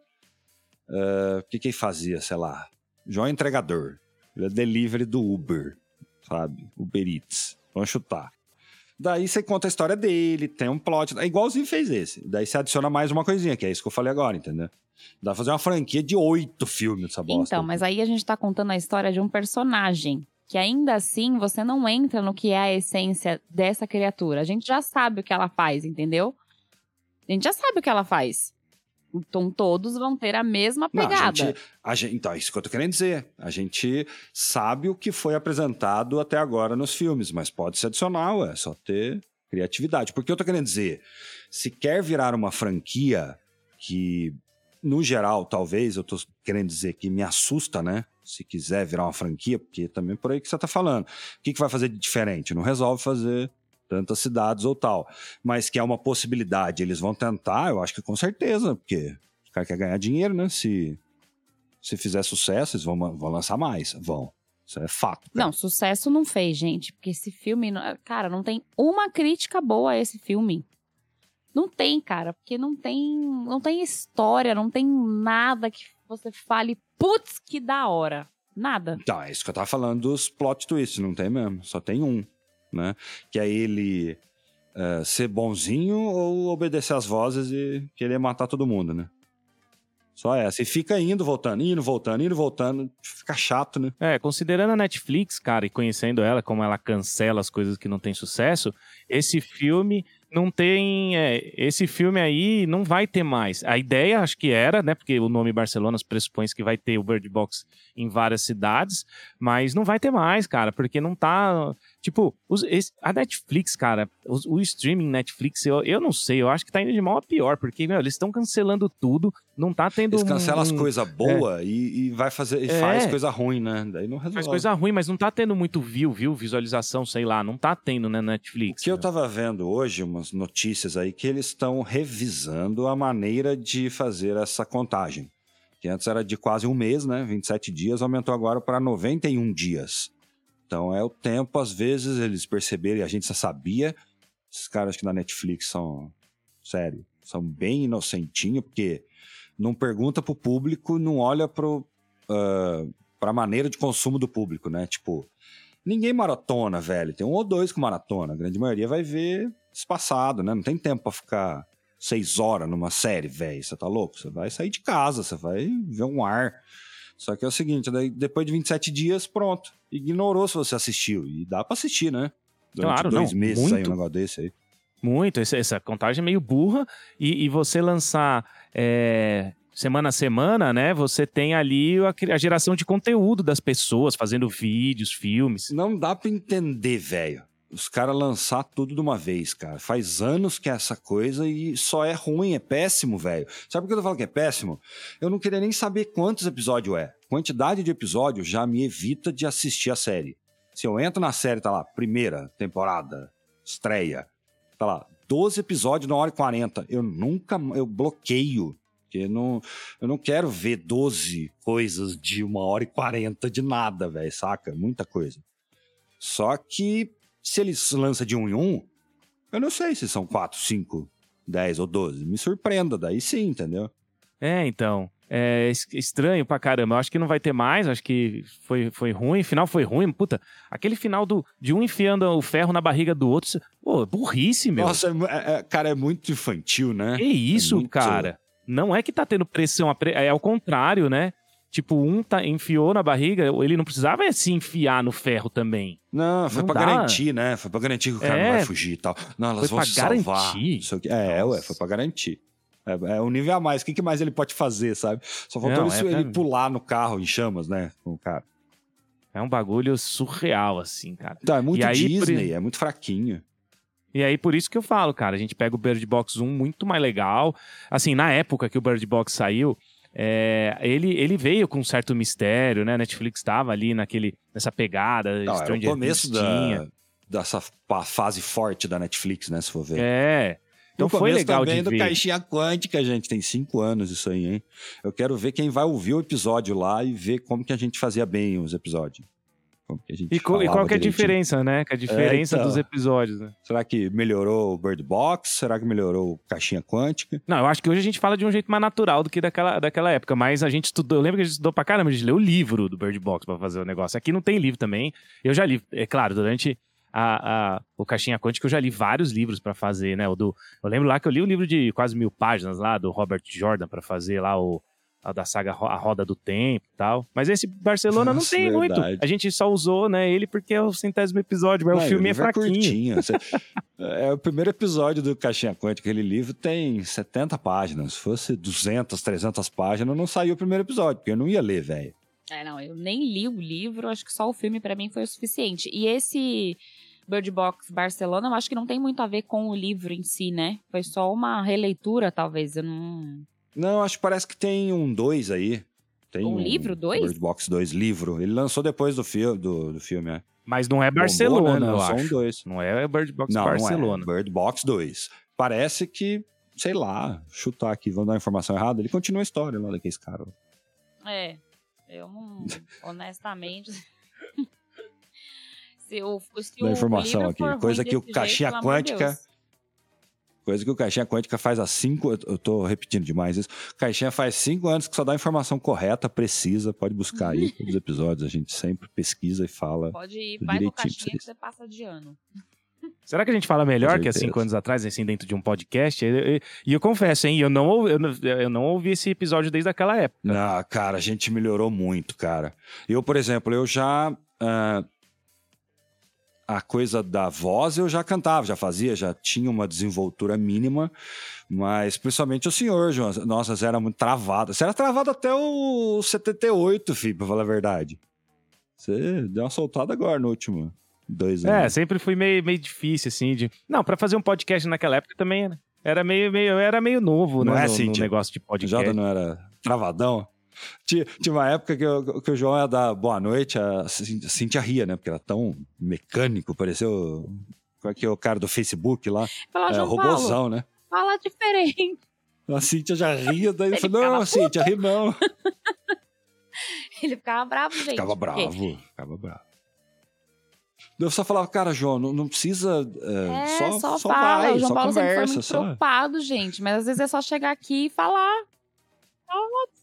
O que ele fazia, sei lá? João é entregador. Ele é delivery do Uber, sabe? Uber Eats. Vamos chutar. Daí você conta a história dele, tem um plot. É igualzinho fez esse. Daí você adiciona mais uma coisinha, que é isso que eu falei agora, entendeu? Dá pra fazer uma franquia de 8 filmes dessa bosta.
Então, mas aí a gente tá contando a história de um personagem. Que ainda assim, você não entra no que é a essência dessa criatura. A gente já sabe o que ela faz, entendeu? A gente já sabe o que ela faz. Então, todos vão ter a mesma pegada.
Então, é isso que eu tô querendo dizer. A gente sabe o que foi apresentado até agora nos filmes, mas pode se adicionar, é só ter criatividade. Porque eu tô querendo dizer, se quer virar uma franquia que, no geral, talvez, eu tô querendo dizer que me assusta, né? Se quiser virar uma franquia, porque também por aí que você tá falando. O que vai fazer de diferente? Não resolve fazer tantas cidades ou tal. Mas que é uma possibilidade, eles vão tentar, eu acho que com certeza, porque o cara quer ganhar dinheiro, né? Se fizer sucesso, eles vão lançar mais. Vão. Isso é fato. Cara.
Não, sucesso não fez, gente. Porque esse filme... Cara, não tem uma crítica boa a esse filme. Não tem, cara. Porque não tem história, não tem nada que você fale, putz, que da hora. Nada.
Então, é isso que eu tava falando dos plot twists, não tem mesmo. Só tem um, né? Que é ele ser bonzinho ou obedecer às vozes e querer matar todo mundo, né? Só essa. E fica indo, voltando, fica chato, né?
Considerando a Netflix, cara, e conhecendo ela, como ela cancela as coisas que não têm sucesso, esse filme não tem... esse filme aí não vai ter mais. A ideia, acho que era, né? Porque o nome Barcelona pressupõe que vai ter o Bird Box em várias cidades, mas não vai ter mais, cara, porque não tá... Tipo, a Netflix, cara, o streaming Netflix, eu não sei, eu acho que tá indo de mal a pior, porque, meu, eles estão cancelando tudo, não tá tendo...
Eles cancelam as coisas boas e vai fazer, faz coisa ruim, né? Daí não resolve.
Faz coisa ruim, mas não tá tendo muito visualização, sei lá, não tá tendo, né, na Netflix.
O que eu tava vendo hoje, umas notícias aí, que eles estão revisando a maneira de fazer essa contagem. Que antes era de quase um mês, né? 27 dias, aumentou agora para 91 dias. Então é o tempo, às vezes, eles perceberem, a gente já sabia, esses caras que na Netflix são, sério, são bem inocentinhos, porque não pergunta pro público, não olha pra maneira de consumo do público, né? Tipo, Ninguém maratona, velho. Tem um ou dois que maratona. A grande maioria vai ver espaçado, né? Não tem tempo pra ficar 6 horas numa série, velho. Você tá louco? Você vai sair de casa, você vai ver um ar. Só que é o seguinte, daí, depois de 27 dias, pronto. Ignorou se você assistiu. E dá pra assistir, né? Durante
Claro,
2
não,
meses
muito.
aí um negócio desse aí.
Muito, essa contagem é meio burra. E você lançar semana a semana, né? Você tem ali a geração de conteúdo das pessoas, fazendo vídeos, filmes.
Não dá pra entender, velho. Os caras lançar tudo de uma vez, cara. Faz anos que é essa coisa e só é ruim, é péssimo, velho. Sabe por que eu falo que é péssimo? Eu não queria nem saber quantos episódios é. Quantidade de episódios já me evita de assistir a série. Se eu entro na série, tá lá, primeira temporada, estreia, tá lá, 12 episódios na 1h40. Eu bloqueio. Porque eu não quero ver 12 coisas de 1h40 de nada, velho, saca? Muita coisa. Só que se eles lançam de 1 em 1, eu não sei se são 4, 5, 10 ou 12. Me surpreenda, daí sim, entendeu?
Então. É estranho pra caramba. Eu acho que não vai ter mais. Acho que foi ruim. O final foi ruim. Puta, aquele final de um enfiando o ferro na barriga do outro. Pô, burrice, meu.
Nossa, cara, é muito infantil, né?
Que isso,
muito...
cara? Não é que tá tendo pressão. É ao contrário, né? Tipo, enfiou na barriga, ele não precisava se enfiar no ferro também.
Não, foi
não
pra
dá.
garantir, né? Foi pra garantir que o cara não vai fugir e tal. Não, elas
Foi
vão
pra
se salvar.
garantir?
Foi pra garantir. É um nível a mais. O que mais ele pode fazer, sabe? Só faltou ele pular no carro em chamas, né? Com o cara.
É um bagulho surreal, assim, cara.
Então, é muito
E aí,
Disney, é muito fraquinho.
E aí, por isso que eu falo, cara, a gente pega o Bird Box 1 muito mais legal. Assim, na época que o Bird Box saiu, ele veio com um certo mistério, né? A Netflix tava ali nessa pegada.
Não, era o começo dessa fase forte da Netflix, né? Se for ver.
Então foi legal
também
de ver.
do Caixinha Quântica, gente. Tem 5 anos isso aí, hein? Eu quero ver quem vai ouvir o episódio lá e ver como que a gente fazia bem os episódios. Como que a gente
E qual que é a
direitinho.
diferença, né? Que a diferença
então.
dos episódios, né?
Será que melhorou o Bird Box? Será que melhorou o Caixinha Quântica?
Não, eu acho que hoje a gente fala de um jeito mais natural do que daquela época. Mas a gente estudou, eu lembro que a gente estudou pra caramba, a gente leu o livro do Bird Box pra fazer o negócio. Aqui não tem livro também. Eu já li, é claro, durante o Caixinha Quântica eu já li vários livros pra fazer, né? Eu lembro lá que eu li um livro de quase 1000 páginas lá, do Robert Jordan, pra fazer lá a da saga A Roda do Tempo e tal. Mas esse Barcelona não tem muito. A gente só usou, né, ele porque é o 100º episódio, mas o filme é fraquinho.
É o primeiro episódio do Caixinha Quântica, aquele livro tem 70 páginas. Se fosse 200, 300 páginas, não saiu o primeiro episódio, porque eu não ia ler, velho.
Não, eu nem li o livro, acho que só o filme pra mim foi o suficiente. E esse Bird Box Barcelona, eu acho que não tem muito a ver com o livro em si, né? Foi só uma releitura, talvez, eu não...
Não, acho que parece que tem um 2 aí. Tem
um livro 2?
Bird Box 2, livro. Ele lançou depois do filme, é.
Mas não é Barcelona,
Bombou, né?
eu
Lançou
acho.
um 2.
Não é Bird Box
Não,
Barcelona.
Não é. Bird Box 2. Parece que, sei lá, chutar aqui, vamos dar uma informação errada, ele continua a história lá daqueles caras.
Eu não, honestamente... se o
da informação
livro
aqui,
for
coisa
ruim
que o
desse
Caixinha
jeito, pelo amor de
Quântica...
Deus.
Coisa que o Caixinha Quântica faz há 5... Eu tô repetindo demais isso. O Caixinha faz 5 anos que só dá a informação correta, precisa. Pode buscar aí todos os episódios. A gente sempre pesquisa e fala.
Pode ir, vai no Caixinha que você passa de ano.
Será que a gente fala melhor
Com
que há
certeza.
5 anos atrás, assim, dentro de um podcast? E eu confesso, hein, eu não ouvi esse episódio desde aquela época.
Não, cara, a gente melhorou muito, cara. Eu, por exemplo, eu já... a coisa da voz eu já cantava, já fazia, já tinha uma desenvoltura mínima, mas principalmente o senhor, João. Nossa, você era muito travado. Você era travado até o 78, filho, pra falar a verdade. Você deu uma soltada agora no último 2 anos.
Sempre fui meio difícil, assim, de... Não, pra fazer um podcast naquela época também era meio novo,
Não
né,
é,
no
Cíntia?
negócio de
O
podcast.
Jordan não era travadão? Tinha uma época que o João ia dar boa noite, a Cíntia ria, né? Porque era tão mecânico, pareceu... Qual é que é o cara do Facebook lá?
Fala, João
robozão,
Paulo,
né?
fala diferente.
A Cíntia já ria, daí eu
Ele
falei, não,
ficava
Cíntia, ri não.
Ele ficava bravo, gente.
Ficava bravo. Eu só falava, cara, João, não precisa...
só
só
fala.
vai,
O João
só
Paulo sempre foi
conversa,
muito
só.
preocupado, gente. Mas às vezes é só chegar aqui e falar.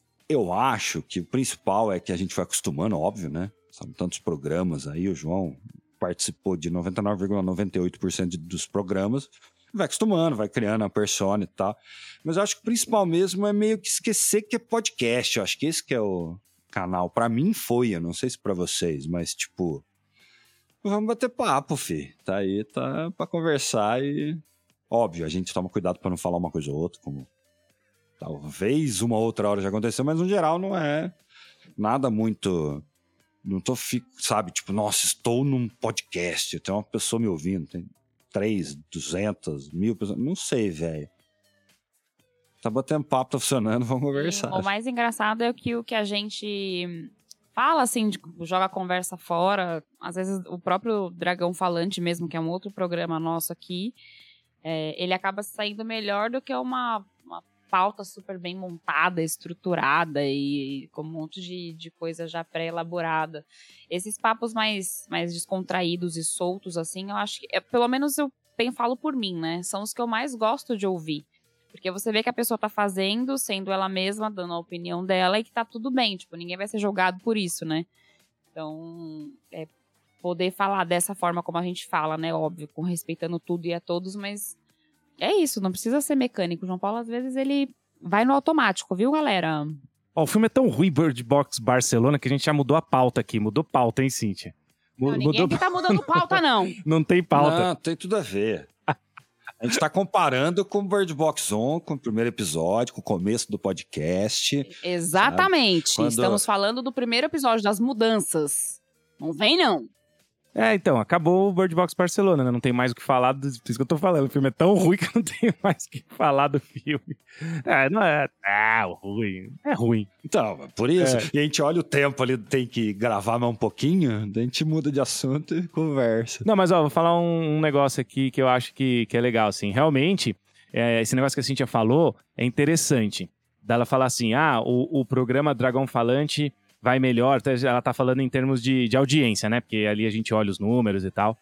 Eu acho que o principal é que a gente vai acostumando, óbvio, né? São tantos programas aí, o João participou de 99,98% dos programas, vai acostumando, vai criando a persona e tal. Mas eu acho que o principal mesmo é meio que esquecer que é podcast. Eu acho que esse que é o canal. Pra mim foi, eu não sei se pra vocês, mas tipo... Vamos bater papo, fi. Tá aí, tá pra conversar e... Óbvio, a gente toma cuidado pra não falar uma coisa ou outra, como... Talvez uma outra hora já aconteceu, mas no geral não é nada muito... Não tô, sabe, tipo, nossa, estou num podcast, tem uma pessoa me ouvindo, tem 3, 200, 1000 pessoas, não sei, velho. Tá batendo papo, tá funcionando, vamos conversar.
O mais engraçado é que o que a gente fala, assim, joga a conversa fora, às vezes o próprio Dragão Falante mesmo, que é um outro programa nosso aqui, ele acaba saindo melhor do que uma pauta super bem montada, estruturada e com um monte de coisa já pré-elaborada. Esses papos mais descontraídos e soltos, assim, eu acho que, pelo menos eu falo por mim, né? São os que eu mais gosto de ouvir. Porque você vê que a pessoa tá fazendo, sendo ela mesma, dando a opinião dela e que tá tudo bem. Tipo, ninguém vai ser julgado por isso, né? Então, poder falar dessa forma como a gente fala, né? Óbvio, com respeitando tudo e a todos, mas... É isso, não precisa ser mecânico. O João Paulo, às vezes, ele vai no automático, viu, galera?
Ó, o filme é tão ruim, Bird Box Barcelona, que a gente já mudou a pauta aqui. Mudou pauta, hein, Cíntia?
Ninguém aqui tá mudando pauta, não.
Não tem pauta.
Não, tem tudo a ver. A gente tá comparando com o Bird Box On, com o primeiro episódio, com o começo do podcast.
Exatamente.
Quando...
Estamos falando do primeiro episódio, das mudanças. Não vem, não.
Então, acabou o Bird Box Barcelona, né? Não tem mais o que falar, por isso que eu tô falando. O filme é tão ruim que eu não tenho mais o que falar do filme. Não é ruim. É ruim.
Então, por isso. E a gente olha o tempo ali, tem que gravar mais um pouquinho, daí a gente muda de assunto e conversa.
Não, mas ó, vou falar um negócio aqui que eu acho que é legal, assim. Realmente, esse negócio que a Cíntia falou é interessante. Dela falar assim, o programa Dragão Falante... vai melhor, ela tá falando em termos de audiência, né? Porque ali a gente olha os números e tal.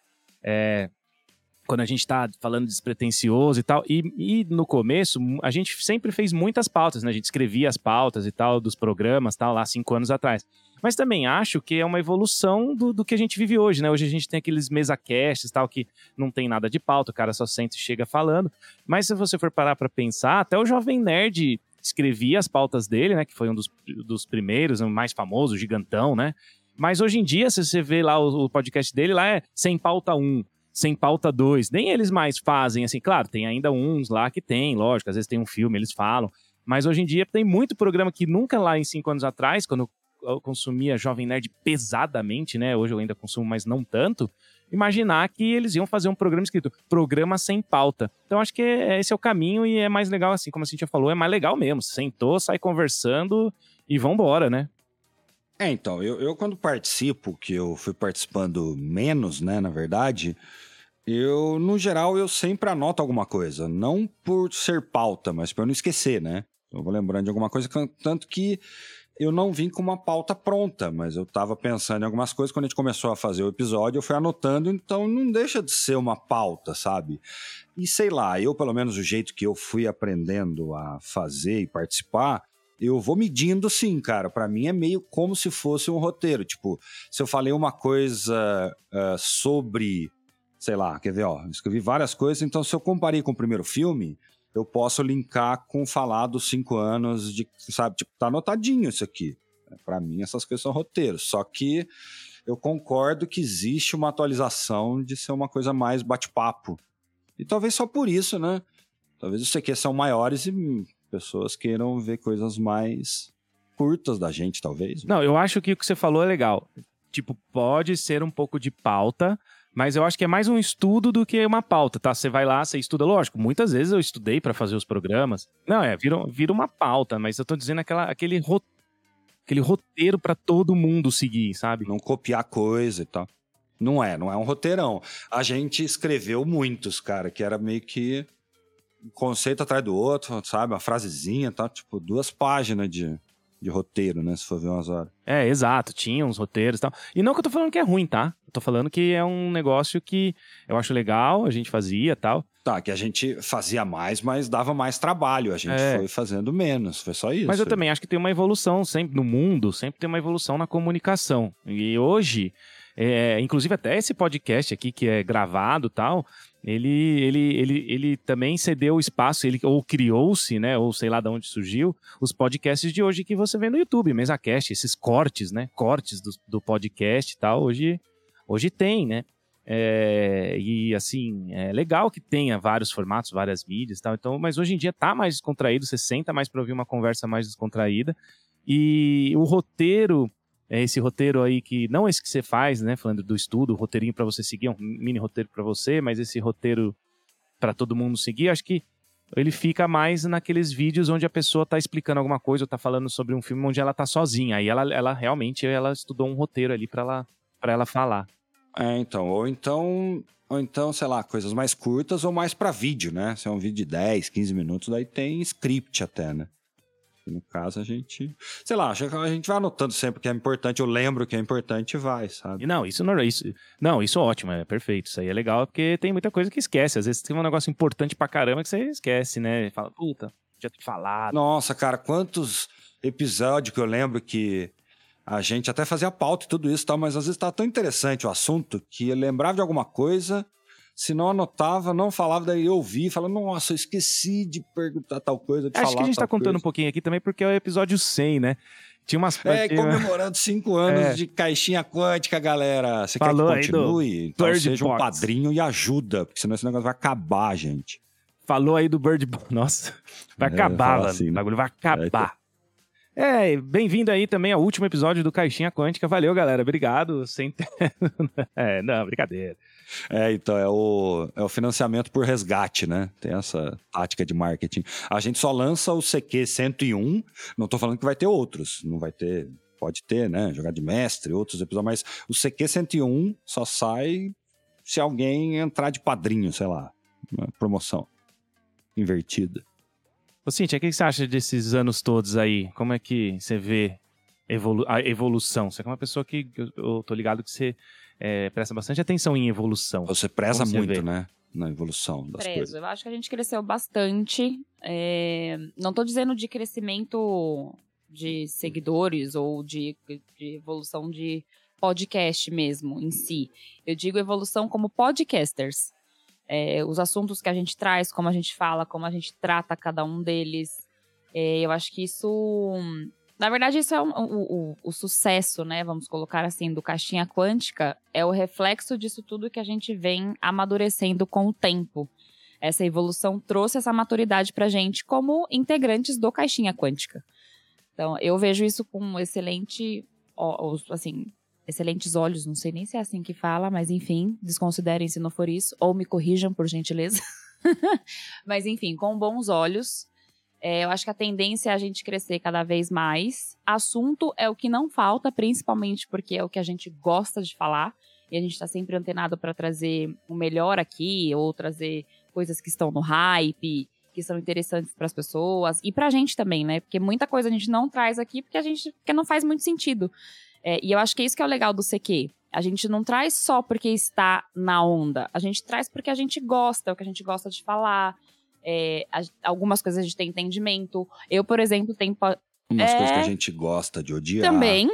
Quando a gente tá falando despretensioso e tal. E no começo, a gente sempre fez muitas pautas, né? A gente escrevia as pautas e tal, dos programas, tal, lá 5 anos atrás. Mas também acho que é uma evolução do que a gente vive hoje, né? Hoje a gente tem aqueles mesa-casts, tal, que não tem nada de pauta, o cara só senta e chega falando. Mas se você for parar pra pensar, até o Jovem Nerd... escrevia as pautas dele, né? Que foi um dos primeiros, o mais famoso, o gigantão, né? Mas hoje em dia, se você vê lá o podcast dele, lá é sem pauta 1, sem pauta 2. Nem eles mais fazem, assim. Claro, tem ainda uns lá que tem, lógico. Às vezes tem um filme, eles falam. Mas hoje em dia tem muito programa que nunca lá em 5 anos atrás, quando eu consumia Jovem Nerd pesadamente, né? Hoje eu ainda consumo, mas não tanto. Imaginar que eles iam fazer um programa escrito Programa Sem Pauta. Então acho que esse é o caminho e é mais legal assim, como a Cíntia falou, é mais legal mesmo. Sentou, sai conversando e vambora, né?
Então, eu quando participo, que eu fui participando menos, né, na verdade, no geral, eu sempre anoto alguma coisa. Não por ser pauta, mas pra eu não esquecer, né? Eu vou lembrando de alguma coisa, tanto que eu não vim com uma pauta pronta, mas eu tava pensando em algumas coisas. Quando a gente começou a fazer o episódio, eu fui anotando, então não deixa de ser uma pauta, sabe? E sei lá, eu pelo menos o jeito que eu fui aprendendo a fazer e participar, eu vou medindo sim, cara. Pra mim é meio como se fosse um roteiro. Tipo, se eu falei uma coisa sobre, sei lá, quer ver, ó, escrevi várias coisas, então se eu comparei com o primeiro filme... eu posso linkar com falar dos 5 anos de, sabe, tipo, tá anotadinho isso aqui. Pra mim, essas coisas são roteiros. Só que eu concordo que existe uma atualização de ser uma coisa mais bate-papo. E talvez só por isso, né? Talvez os CQs são maiores e pessoas queiram ver coisas mais curtas da gente, talvez.
Não, eu acho que o que você falou é legal. Tipo, pode ser um pouco de pauta, mas eu acho que é mais um estudo do que uma pauta, tá? Você vai lá, você estuda, lógico. Muitas vezes eu estudei pra fazer os programas. Não, vira uma pauta, mas eu tô dizendo aquele roteiro pra todo mundo seguir, sabe?
Não copiar coisa e tal. Não é um roteirão. A gente escreveu muitos, cara, que era meio que um conceito atrás do outro, sabe? Uma frasezinha e tal, tipo 2 páginas de roteiro, né? Se for ver umas horas.
Exato. Tinha uns roteiros e tal. E não que eu tô falando que é ruim, tá? Eu tô falando que é um negócio que eu acho legal, a gente fazia e tal.
Tá, que a gente fazia mais, mas dava mais trabalho. A gente foi fazendo menos, foi só isso.
Mas eu também acho que tem uma evolução sempre no mundo, sempre tem uma evolução na comunicação. E hoje, Inclusive até esse podcast aqui que é gravado e tal, ele também cedeu o espaço, ou criou-se, né, ou sei lá de onde surgiu, os podcasts de hoje que você vê no YouTube, MesaCast, esses cortes, né, cortes do podcast e tal, hoje tem, né. E assim, é legal que tenha vários formatos, várias mídias e tal, então, mas hoje em dia tá mais descontraído, você senta mais pra ouvir uma conversa mais descontraída, e o roteiro, esse roteiro aí que, não esse que você faz, né, falando do estudo, o roteirinho pra você seguir, um mini roteiro pra você, mas esse roteiro pra todo mundo seguir, acho que ele fica mais naqueles vídeos onde a pessoa tá explicando alguma coisa ou tá falando sobre um filme onde ela tá sozinha, aí ela realmente estudou um roteiro ali pra ela falar.
Então, ou então, sei lá, coisas mais curtas ou mais pra vídeo, né? Se é um vídeo de 10, 15 minutos, daí tem script até, né? E no caso, a gente... Sei lá, a gente vai anotando sempre que é importante, eu lembro que é importante e vai, sabe?
Não, isso é ótimo, é perfeito. Isso aí é legal, porque tem muita coisa que esquece. Às vezes tem um negócio importante pra caramba que você esquece, né? Fala, puta, já tinha falado.
Nossa, cara, quantos episódios que eu lembro que a gente até fazia pauta e tudo isso e tal, mas às vezes tá tão interessante o assunto que eu lembrava de alguma coisa, se não anotava, não falava, daí eu ouvi e falava, nossa, eu esqueci de perguntar tal coisa, de falar
Acho que a gente tá contando um pouquinho aqui também porque é o episódio 100, né? Tinha umas...
comemorando 5 anos de caixinha quântica, galera. Você
Falou
quer que continue? Então
Bird
seja um
Box.
padrinho e ajuda, porque senão esse negócio vai acabar, gente.
Falou aí do Bird Box. Nossa, vai acabar,
fala
mano.
assim, né?
O bagulho vai acabar. Bem-vindo aí também ao último episódio do Caixinha Quântica. Valeu, galera. Obrigado. Não, brincadeira.
Então, é o financiamento por resgate, né? Tem essa tática de marketing. A gente só lança o CQ 101, não tô falando que vai ter outros, não vai ter, pode ter, né? Jogar de mestre, outros episódios, mas o CQ 101 só sai se alguém entrar de padrinho, sei lá, uma promoção invertida.
Ô, Cíntia, o que você acha desses anos todos aí? Como é que você vê a evolução? Você é uma pessoa que eu tô ligado que você presta bastante atenção em evolução.
Você preza
Como você
muito,
vê?
né? Na evolução das coisas.
Eu acho que a gente cresceu bastante. Não tô dizendo de crescimento de seguidores ou de evolução de podcast mesmo em si. Eu digo evolução como podcasters. Os assuntos que a gente traz, como a gente fala, como a gente trata cada um deles. Eu acho que isso... Na verdade, isso é o sucesso, né? Vamos colocar assim, do Caixinha Quântica. É o reflexo disso tudo que a gente vem amadurecendo com o tempo. Essa evolução trouxe essa maturidade pra gente como integrantes do Caixinha Quântica. Então, eu vejo isso com excelentes olhos. Não sei nem se é assim que fala, mas enfim, desconsiderem se não for isso. Ou me corrijam, por gentileza. Mas enfim, com bons olhos. Eu acho que a tendência é a gente crescer cada vez mais. Assunto é o que não falta, principalmente porque é o que a gente gosta de falar. E a gente tá sempre antenado para trazer o melhor aqui, ou trazer coisas que estão no hype, que são interessantes para as pessoas. E pra gente também, né? Porque muita coisa a gente não traz aqui porque não faz muito sentido. E eu acho que é isso que é o legal do CQ. A gente não traz só porque está na onda. A gente traz porque a gente gosta, é o que a gente gosta de falar. Algumas coisas a gente tem entendimento. Eu, por exemplo, tenho...
Umas coisas que a gente gosta de odiar.
Também.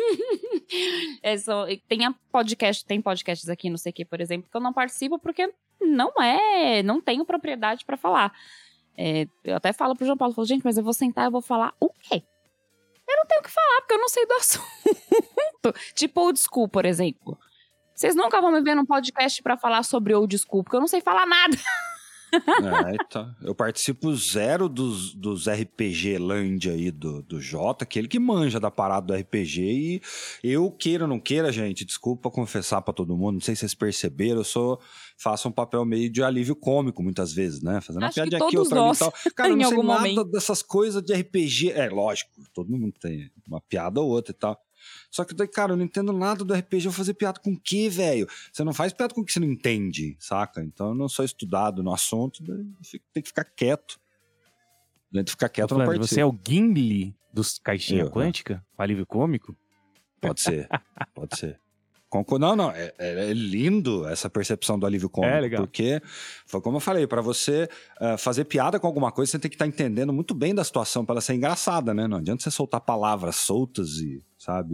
Tem podcasts aqui no CQ, por exemplo, que eu não participo porque não tenho propriedade pra falar. Eu até falo pro João Paulo, falo, gente, mas eu vou sentar e vou falar o quê? Eu não tenho o que falar, porque eu não sei do assunto. Tipo Old School, por exemplo. Vocês nunca vão me ver num podcast pra falar sobre Old School, porque eu não sei falar nada.
Então, eu participo zero dos RPG Land aí do Jota, aquele que manja da parada do RPG, e eu queira ou não queira, gente, desculpa confessar pra todo mundo, não sei se vocês perceberam, faço um papel meio de alívio cômico muitas vezes, né? Fazendo uma piadinha aqui, outra ali e tal. Cara, eu não sei nada dessas coisas de RPG. Lógico, todo mundo tem uma piada ou outra e tal. Só que daí, cara, eu não entendo nada do RPG, eu vou fazer piada com o quê, velho? Você não faz piada com o que você não entende, saca? Então eu não sou estudado no assunto, tem que ficar quieto. Dentro de ficar quieto, eu não participo.
Você é o Gimli dos Caixinha Quântica? O alívio cômico?
Pode ser, pode ser. Não, é lindo essa percepção do alívio cômico.
Legal.
Porque, foi como eu falei, pra você fazer piada com alguma coisa, você tem que estar entendendo muito bem da situação pra ela ser engraçada, né? Não adianta você soltar palavras soltas e, sabe?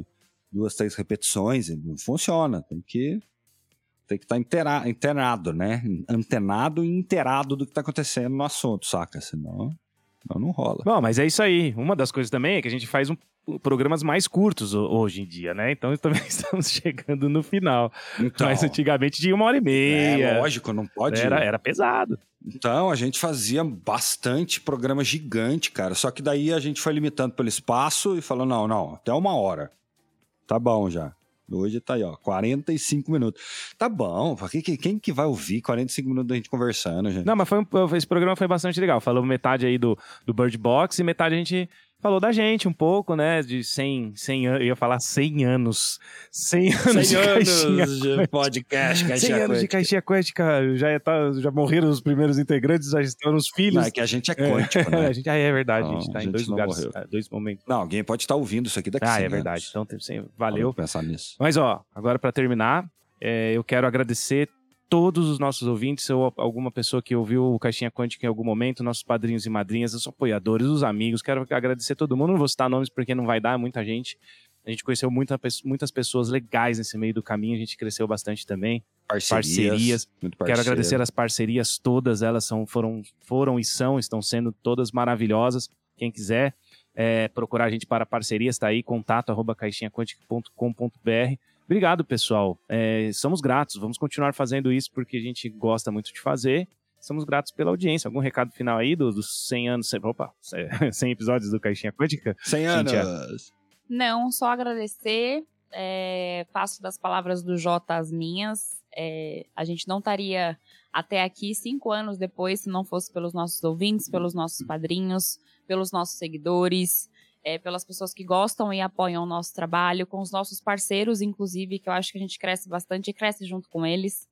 2, 3 repetições, e não funciona. Tem que estar internado, né? Antenado e inteirado do que tá acontecendo no assunto, saca? Senão não rola.
Bom, mas é isso aí. Uma das coisas também é que a gente faz programas mais curtos hoje em dia, né? Então também estamos chegando no final.
Então,
Mas antigamente tinha 1h30.
É lógico, não pode...
Era pesado.
Então, a gente fazia bastante programa gigante, cara. Só que daí a gente foi limitando pelo espaço e falou, não, até 1 hora. Tá bom já. Hoje tá aí, ó, 45 minutos. Tá bom, quem que vai ouvir 45 minutos da gente conversando, gente?
Não, mas esse programa foi bastante legal. Falamos metade aí do Bird Box e metade a gente falou da gente um pouco, né? De 100 anos, eu ia falar 100 anos. 100 anos
100
de Caixinha
de podcast,
100 anos de Caixinha Quântica. Já morreram os primeiros integrantes, já estão os filhos.
Não, é que a gente é quântico, né?
É verdade,
Não,
a gente tá
a
em
gente
2
não
lugares,
morreu.
2 momentos.
Não, alguém pode estar ouvindo isso aqui daqui a 100
é verdade.
anos.
Então, valeu.
Vamos pensar nisso.
Mas, ó, agora pra terminar, eu quero agradecer todos os nossos ouvintes, ou alguma pessoa que ouviu o Caixinha Quântica em algum momento, nossos padrinhos e madrinhas, os apoiadores, os amigos. Quero agradecer todo mundo. Não vou citar nomes porque não vai dar, muita gente. A gente conheceu muitas pessoas legais nesse meio do caminho. A gente cresceu bastante também. Parcerias. Quero agradecer as parcerias todas. Elas foram e estão sendo todas maravilhosas. Quem quiser procurar a gente para parcerias, tá aí, contato@caixinhaquantica.com.br. Obrigado, pessoal. Somos gratos. Vamos continuar fazendo isso porque a gente gosta muito de fazer. Somos gratos pela audiência. Algum recado final aí dos 100 anos... 100 episódios do Caixinha Quântica?
100 anos!
Não, só agradecer. Passo das palavras do Jota às minhas. A gente não estaria até aqui 5 anos depois se não fosse pelos nossos ouvintes, pelos nossos padrinhos, pelos nossos seguidores... pelas pessoas que gostam e apoiam o nosso trabalho, com os nossos parceiros, inclusive, que eu acho que a gente cresce bastante e cresce junto com eles.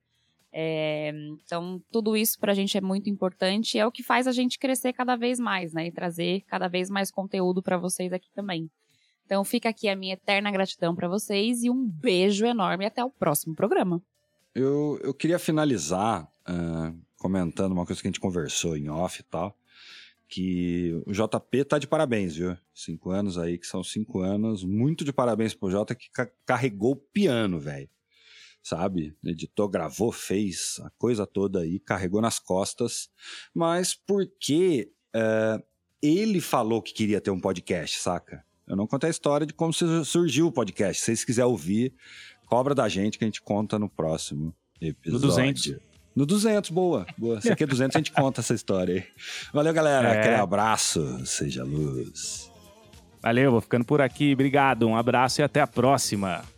Então, tudo isso pra gente é muito importante e é o que faz a gente crescer cada vez mais, né? E trazer cada vez mais conteúdo pra vocês aqui também. Então, fica aqui a minha eterna gratidão pra vocês e um beijo enorme e até o próximo programa.
Eu queria finalizar comentando uma coisa que a gente conversou em off e tal, que o JP tá de parabéns, viu? 5 anos aí, que são 5 anos. Muito de parabéns pro Jota, que carregou o piano, velho. Sabe? Editou, gravou, fez a coisa toda aí, carregou nas costas. Mas porque ele falou que queria ter um podcast, saca? Eu não contei a história de como surgiu o podcast. Se vocês quiserem ouvir, cobra da gente que a gente conta no próximo episódio.
No 200.
No 200, boa. Se aqui é 200, a gente conta essa história aí. Valeu, galera. Aquele abraço. Seja luz.
Valeu, vou ficando por aqui. Obrigado, um abraço e até a próxima.